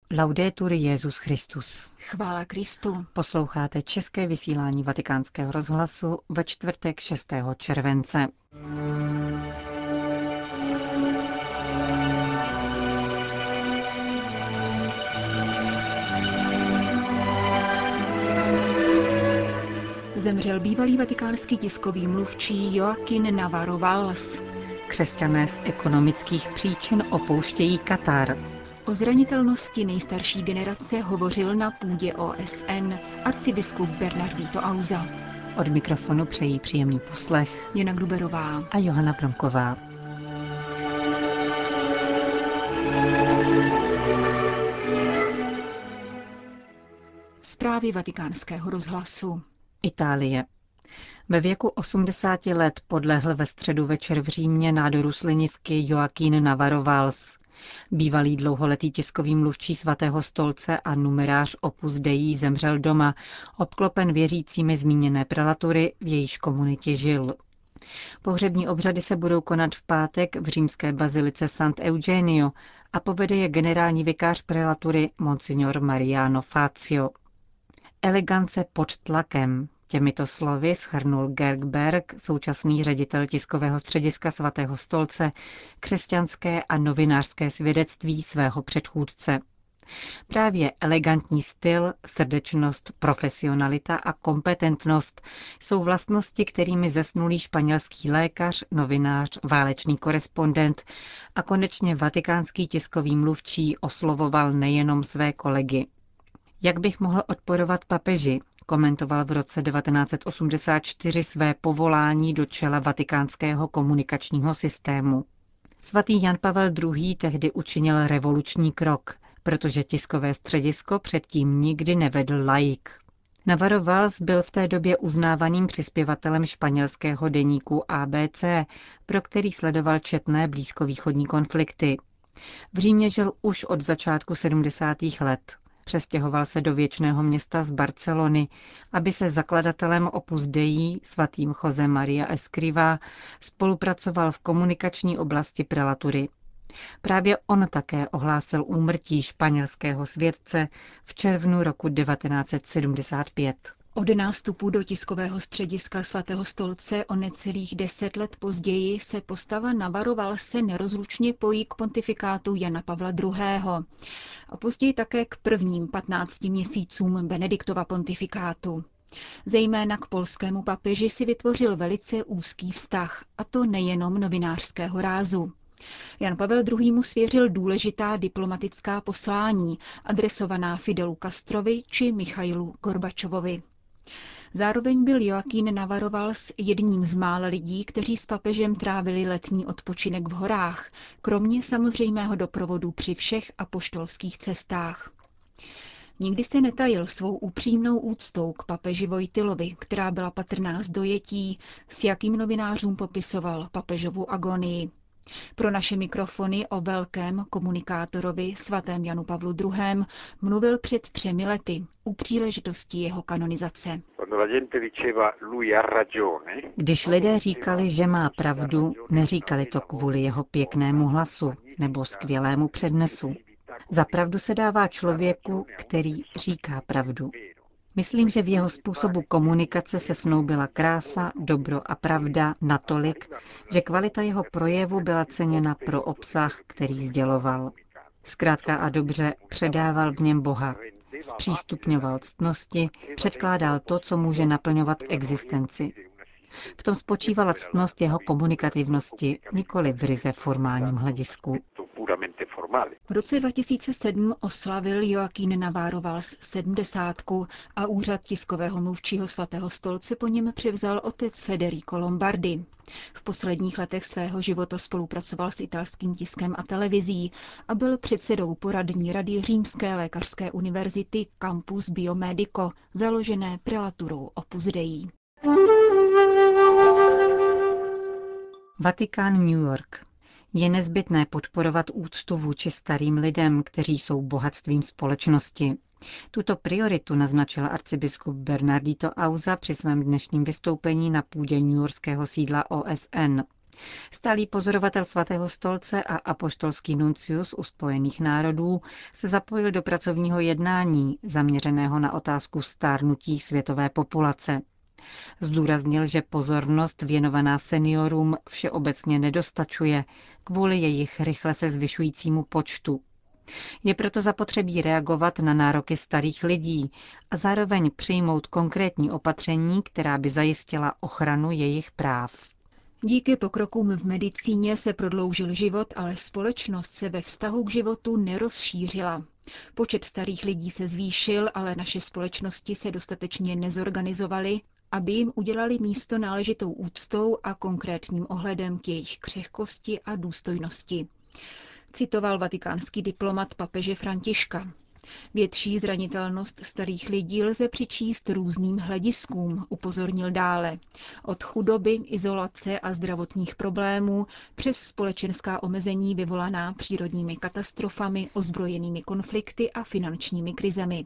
Laudetur Jesus Christus. Chvála Kristu. Posloucháte české vysílání Vatikánského rozhlasu ve čtvrtek 6. července. Zemřel bývalý vatikánský tiskový mluvčí Joaquín Navarro Valls. Křesťané z ekonomických příčin opouštějí Katar. O zranitelnosti nejstarší generace hovořil na půdě OSN arcibiskup Bernardito Auza. Od mikrofonu přejí příjemný poslech Jana Gruberová a Johana Bromková. Zprávy Vatikánského rozhlasu. Itálie. Ve věku 80 let podlehl ve středu večer v Římě nádoru slinivky Joaquín Navarro Valls. Bývalý dlouholetý tiskový mluvčí Svatého stolce a numerář Opus Dei zemřel doma, obklopen věřícími zmíněné prelatury, v jejíž komunitě žil. Pohřební obřady se budou konat v pátek v římské bazilice Sant'Eugenio a povede je generální vikář prelatury Monsignor Mariano Fazio. Elegance pod tlakem. Těmito slovy shrnul Georg Berg, současný ředitel tiskového střediska Svatého stolce, křesťanské a novinářské svědectví svého předchůdce. Právě elegantní styl, srdečnost, profesionalita a kompetentnost jsou vlastnosti, kterými zesnulý španělský lékař, novinář, válečný korespondent a konečně vatikánský tiskový mluvčí oslovoval nejenom své kolegy. Jak bych mohl odporovat papeži, komentoval v roce 1984 své povolání do čela vatikánského komunikačního systému. Svatý Jan Pavel II. Tehdy učinil revoluční krok, protože tiskové středisko předtím nikdy nevedl laik. Navarro Valls byl v té době uznávaným přispěvatelem španělského deníku ABC, pro který sledoval četné blízkovýchodní konflikty. V Římě žil už od začátku 70. let. Přestěhoval se do věčného města z Barcelony, aby se zakladatelem Opus Dei, svatým José María Escrivá, spolupracoval v komunikační oblasti prelatury. Právě on také ohlásil úmrtí španělského světce v červnu roku 1975. Od nástupu do tiskového střediska Svatého stolce o necelých 10 let později se postava Navarro Vallse nerozlučně pojí k pontifikátu Jana Pavla II. A později také k prvním 15 měsícům Benediktova pontifikátu. Zejména k polskému papeži si vytvořil velice úzký vztah, a to nejenom novinářského rázu. Jan Pavel II. Mu svěřil důležitá diplomatická poslání, adresovaná Fidelu Castrovi či Michailu Gorbačovovi. Zároveň byl Joaquín Navarro Valls jedním z mála lidí, kteří s papežem trávili letní odpočinek v horách, kromě samozřejmého doprovodu při všech apoštolských cestách. Nikdy se netajil svou upřímnou úctou k papeži Vojtilovi, která byla patrná z dojetí, s jakým novinářům popisoval papežovu agonii. Pro naše mikrofony o velkém komunikátorovi svatém Janu Pavlu II. Mluvil před 3 lety u příležitosti jeho kanonizace. Když lidé říkali, že má pravdu, neříkali to kvůli jeho pěknému hlasu nebo skvělému přednesu. Za pravdu se dává člověku, který říká pravdu. Myslím, že v jeho způsobu komunikace se snoubila krása, dobro a pravda natolik, že kvalita jeho projevu byla ceněna pro obsah, který sděloval. Zkrátka a dobře předával v něm Boha. Zpřístupňoval ctnosti, předkládal to, co může naplňovat existenci. V tom spočívala ctnost jeho komunikativnosti, nikoli v ryze formálním hledisku. V roce 2007 oslavil Joaquín Navarro Valls 70 a úřad tiskového mluvčího Svatého stolce po něm převzal otec Federico Lombardi. V posledních letech svého života spolupracoval s italským tiskem a televizí a byl předsedou poradní rady Římské lékařské univerzity Campus Biomedico, založené prelaturou Opus Dei. Vatikán, New York. Je nezbytné podporovat úctu vůči starým lidem, kteří jsou bohatstvím společnosti. Tuto prioritu naznačil arcibiskup Bernardito Auza při svém dnešním vystoupení na půdě newyorského sídla OSN. Stálý pozorovatel Svatého stolce a apoštolský nuncius u Spojených národů se zapojil do pracovního jednání zaměřeného na otázku stárnutí světové populace. Zdůraznil, že pozornost věnovaná seniorům všeobecně nedostačuje kvůli jejich rychle se zvyšujícímu počtu. Je proto zapotřebí reagovat na nároky starých lidí a zároveň přijmout konkrétní opatření, která by zajistila ochranu jejich práv. Díky pokrokům v medicíně se prodloužil život, ale společnost se ve vztahu k životu nerozšířila. Počet starých lidí se zvýšil, ale naše společnosti se dostatečně nezorganizovaly, aby jim udělali místo náležitou úctou a konkrétním ohledem k jejich křehkosti a důstojnosti. Citoval vatikánský diplomat papeže Františka. Větší zranitelnost starých lidí lze přičíst různým hlediskům, upozornil dále. Od chudoby, izolace a zdravotních problémů přes společenská omezení vyvolaná přírodními katastrofami, ozbrojenými konflikty a finančními krizemi.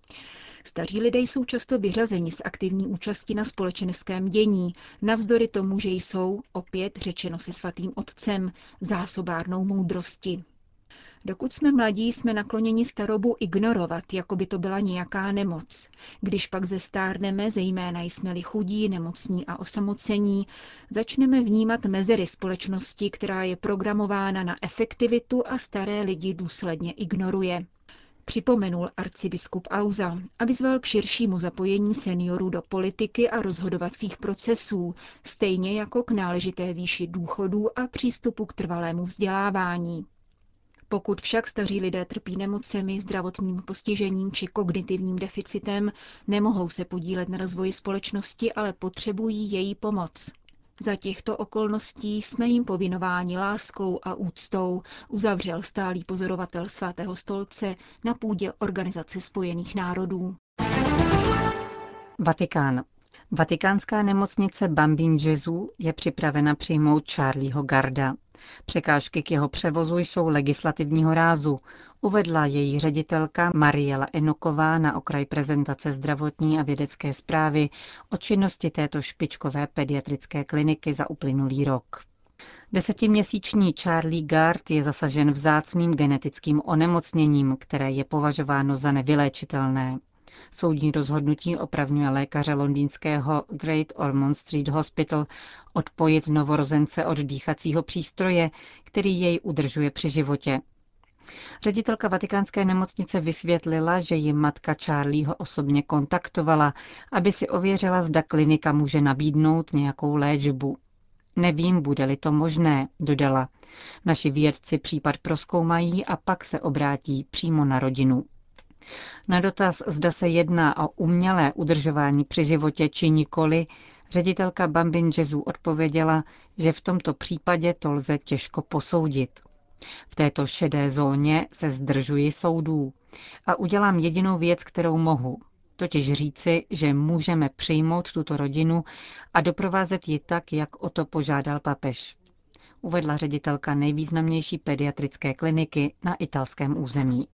Staří lidé jsou často vyřazeni z aktivní účasti na společenském dění, navzdory tomu, že jsou, opět řečeno se svatým otcem, zásobárnou moudrosti. Dokud jsme mladí, jsme nakloněni starobu ignorovat, jako by to byla nějaká nemoc. Když pak zestárneme, zejména jsme-li chudí, nemocní a osamocení, začneme vnímat mezery společnosti, která je programována na efektivitu a staré lidi důsledně ignoruje. Připomenul arcibiskup Auza a vyzval k širšímu zapojení seniorů do politiky a rozhodovacích procesů, stejně jako k náležité výši důchodů a přístupu k trvalému vzdělávání. Pokud však staří lidé trpí nemocemi, zdravotním postižením či kognitivním deficitem, nemohou se podílet na rozvoji společnosti, ale potřebují její pomoc. Za těchto okolností jsme jim povinováni láskou a úctou, uzavřel stálý pozorovatel Svatého stolce na půdě Organizace spojených národů. Vatikán. Vatikánská nemocnice Bambin Gesù je připravena přijmout Charlieho Garda. Překážky k jeho převozu jsou legislativního rázu, uvedla její ředitelka Mariela Enoková na okraj prezentace zdravotní a vědecké zprávy o činnosti této špičkové pediatrické kliniky za uplynulý rok. 10měsíční Charlie Gard je zasažen vzácným genetickým onemocněním, které je považováno za nevyléčitelné. Soudní rozhodnutí opravňuje lékaře londýnského Great Ormond Street Hospital odpojit novorozence od dýchacího přístroje, který jej udržuje při životě. Ředitelka vatikánské nemocnice vysvětlila, že ji matka Charlieho osobně kontaktovala, aby si ověřila, zda klinika může nabídnout nějakou léčbu. Nevím, bude-li to možné, dodala. Naši vědci případ prozkoumají a pak se obrátí přímo na rodinu. Na dotaz, zda se jedná o umělé udržování při životě či nikoli, ředitelka Bambin Gesù odpověděla, že v tomto případě to lze těžko posoudit. V této šedé zóně se zdržuji soudů a udělám jedinou věc, kterou mohu, totiž říci, že můžeme přijmout tuto rodinu a doprovázet ji tak, jak o to požádal papež, uvedla ředitelka nejvýznamnější pediatrické kliniky na italském území.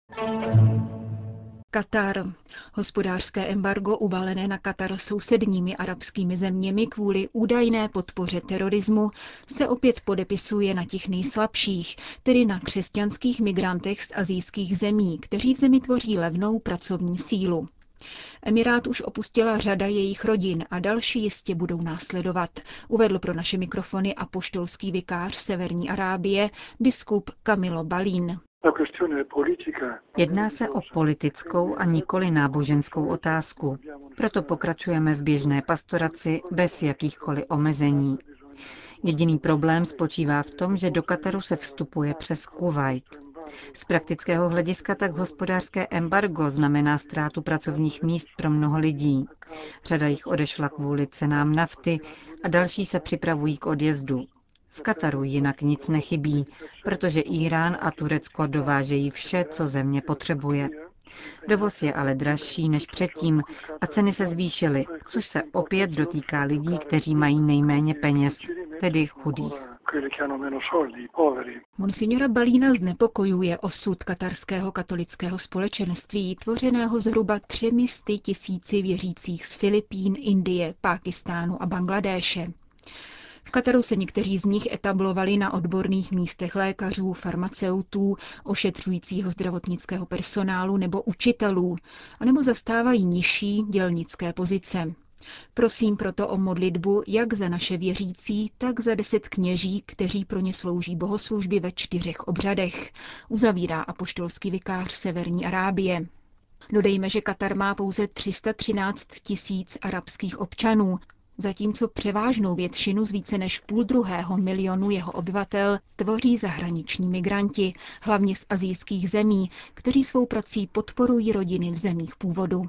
Katar. Hospodářské embargo uvalené na Katar sousedními arabskými zeměmi kvůli údajné podpoře terorismu se opět podepisuje na těch nejslabších, tedy na křesťanských migrantech z asijských zemí, kteří v zemi tvoří levnou pracovní sílu. Emirát už opustila řada jejich rodin a další jistě budou následovat, uvedl pro naše mikrofony apoštolský vikář Severní Arábie, biskup Camilo Balín. Jedná se o politickou a nikoli náboženskou otázku. Proto pokračujeme v běžné pastoraci bez jakýchkoliv omezení. Jediný problém spočívá v tom, že do Kataru se vstupuje přes Kuvajt. Z praktického hlediska tak hospodářské embargo znamená ztrátu pracovních míst pro mnoho lidí. Řada jich odešla kvůli cenám nafty a další se připravují k odjezdu. V Kataru jinak nic nechybí, protože Írán a Turecko dovážejí vše, co země potřebuje. Dovoz je ale dražší než předtím a ceny se zvýšily, což se opět dotýká lidí, kteří mají nejméně peněz, tedy chudých. Monsignora Balína znepokojuje osud katarského katolického společenství, tvořeného zhruba 300 000 věřících z Filipín, Indie, Pákistánu a Bangladéše. V Kataru se někteří z nich etablovali na odborných místech lékařů, farmaceutů, ošetřujícího zdravotnického personálu nebo učitelů, anebo zastávají nižší dělnické pozice. Prosím proto o modlitbu jak za naše věřící, tak za 10 kněží, kteří pro ně slouží bohoslužby ve 4 obřadech, uzavírá apoštolský vikář Severní Arábie. Dodejme, že Katar má pouze 313 000 arabských občanů, zatímco převážnou většinu z více než 500 000 jeho obyvatel tvoří zahraniční migranti, hlavně z asijských zemí, kteří svou prací podporují rodiny v zemích původu.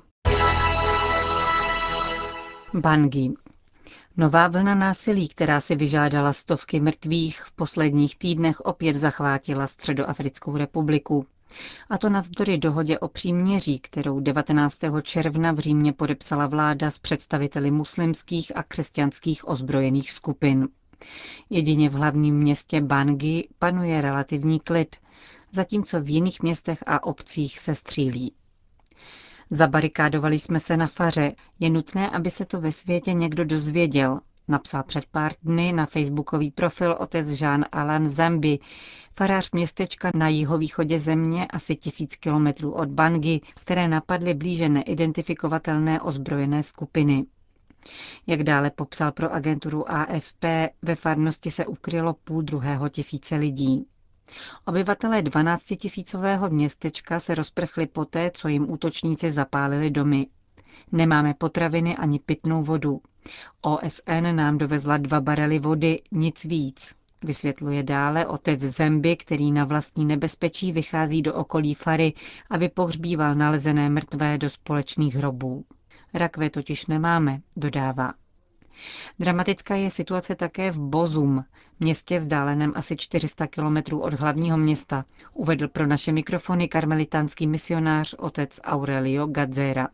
Bangui. Nová vlna násilí, která si vyžádala stovky mrtvých, v posledních týdnech opět zachvátila Středoafrickou republiku. A to navzdory dohodě o příměří, kterou 19. června v Římě podepsala vláda s představiteli muslimských a křesťanských ozbrojených skupin. Jedině v hlavním městě Bangui panuje relativní klid, zatímco v jiných městech a obcích se střílí. Zabarikádovali jsme se na faře, je nutné, aby se to ve světě někdo dozvěděl, napsal před pár dny na facebookový profil otec Jean-Alain Zambi, farář městečka na jihovýchodě země asi 1000 kilometrů od Bangui, které napadly blíže neidentifikovatelné ozbrojené skupiny. Jak dále popsal pro agenturu AFP, ve farnosti se ukrylo 500 lidí. Obyvatelé 12 000 městečka se rozprchli poté, co jim útočníci zapálili domy. Nemáme potraviny ani pitnou vodu. OSN nám dovezla 2 barely vody, nic víc. Vysvětluje dále otec Zemby, který na vlastní nebezpečí vychází do okolí fary, aby pohřbíval nalezené mrtvé do společných hrobů. Rakve totiž nemáme, dodává. Dramatická je situace také v Bozum, městě vzdáleném asi 400 kilometrů od hlavního města, uvedl pro naše mikrofony karmelitánský misionář otec Aurelio Gazzera.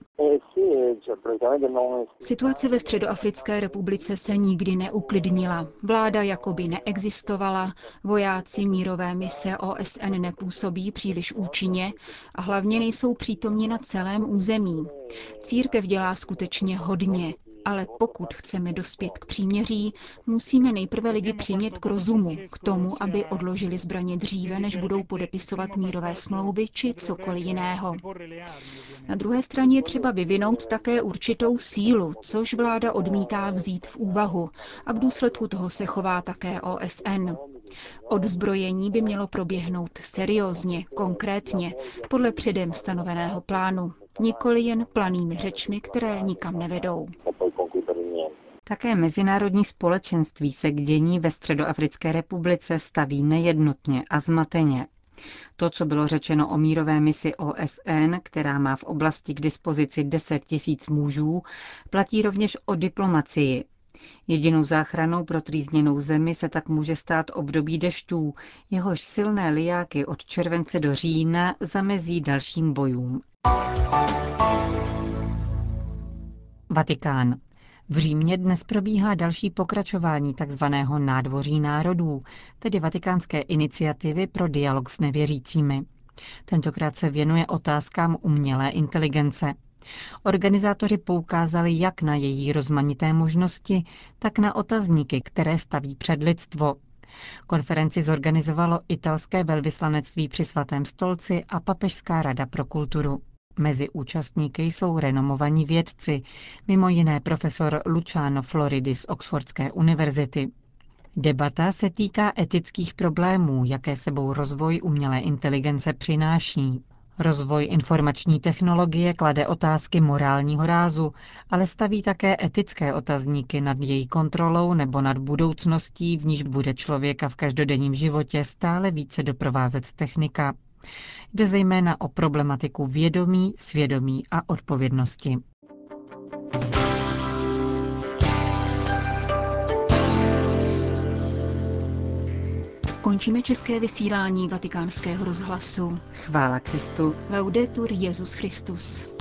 Situace ve Středoafrické republice se nikdy neuklidnila. Vláda jakoby neexistovala, vojáci mírové mise OSN nepůsobí příliš účinně a hlavně nejsou přítomni na celém území. Církev dělá skutečně hodně, ale pokud chceme dospět k příměří, musíme nejprve lidi přimět k rozumu, k tomu, aby odložili zbraně dříve, než budou podepisovat mírové smlouvy či cokoliv jiného. Na druhé straně je třeba vyvinout také určitou sílu, což vláda odmítá vzít v úvahu a v důsledku toho se chová také OSN. Odzbrojení by mělo proběhnout seriózně, konkrétně, podle předem stanoveného plánu, nikoli jen planými řečmi, které nikam nevedou. Také mezinárodní společenství se k dění ve Středoafrické republice staví nejednotně a zmateně. To, co bylo řečeno o mírové misi OSN, která má v oblasti k dispozici 10 000 mužů, platí rovněž o diplomacii. Jedinou záchranou pro trýzněnou zemi se tak může stát období dešťů, jehož silné lijáky od července do října zamezí dalším bojům. Vatikán. V Římě dnes probíhá další pokračování tzv. Nádvoří národů, tedy vatikánské iniciativy pro dialog s nevěřícími. Tentokrát se věnuje otázkám umělé inteligence. Organizátoři poukázali jak na její rozmanité možnosti, tak na otazníky, které staví před lidstvo. Konferenci zorganizovalo italské velvyslanectví při Svatém stolci a Papežská rada pro kulturu. Mezi účastníky jsou renomovaní vědci, mimo jiné profesor Luciano Floridi z Oxfordské univerzity. Debata se týká etických problémů, jaké sebou rozvoj umělé inteligence přináší. Rozvoj informační technologie klade otázky morálního rázu, ale staví také etické otazníky nad její kontrolou nebo nad budoucností, v níž bude člověka v každodenním životě stále více doprovázet technika. Jde zejména o problematiku vědomí, svědomí a odpovědnosti. Končíme české vysílání Vatikánského rozhlasu. Chvála Kristu. Laudetur Jesus Christus.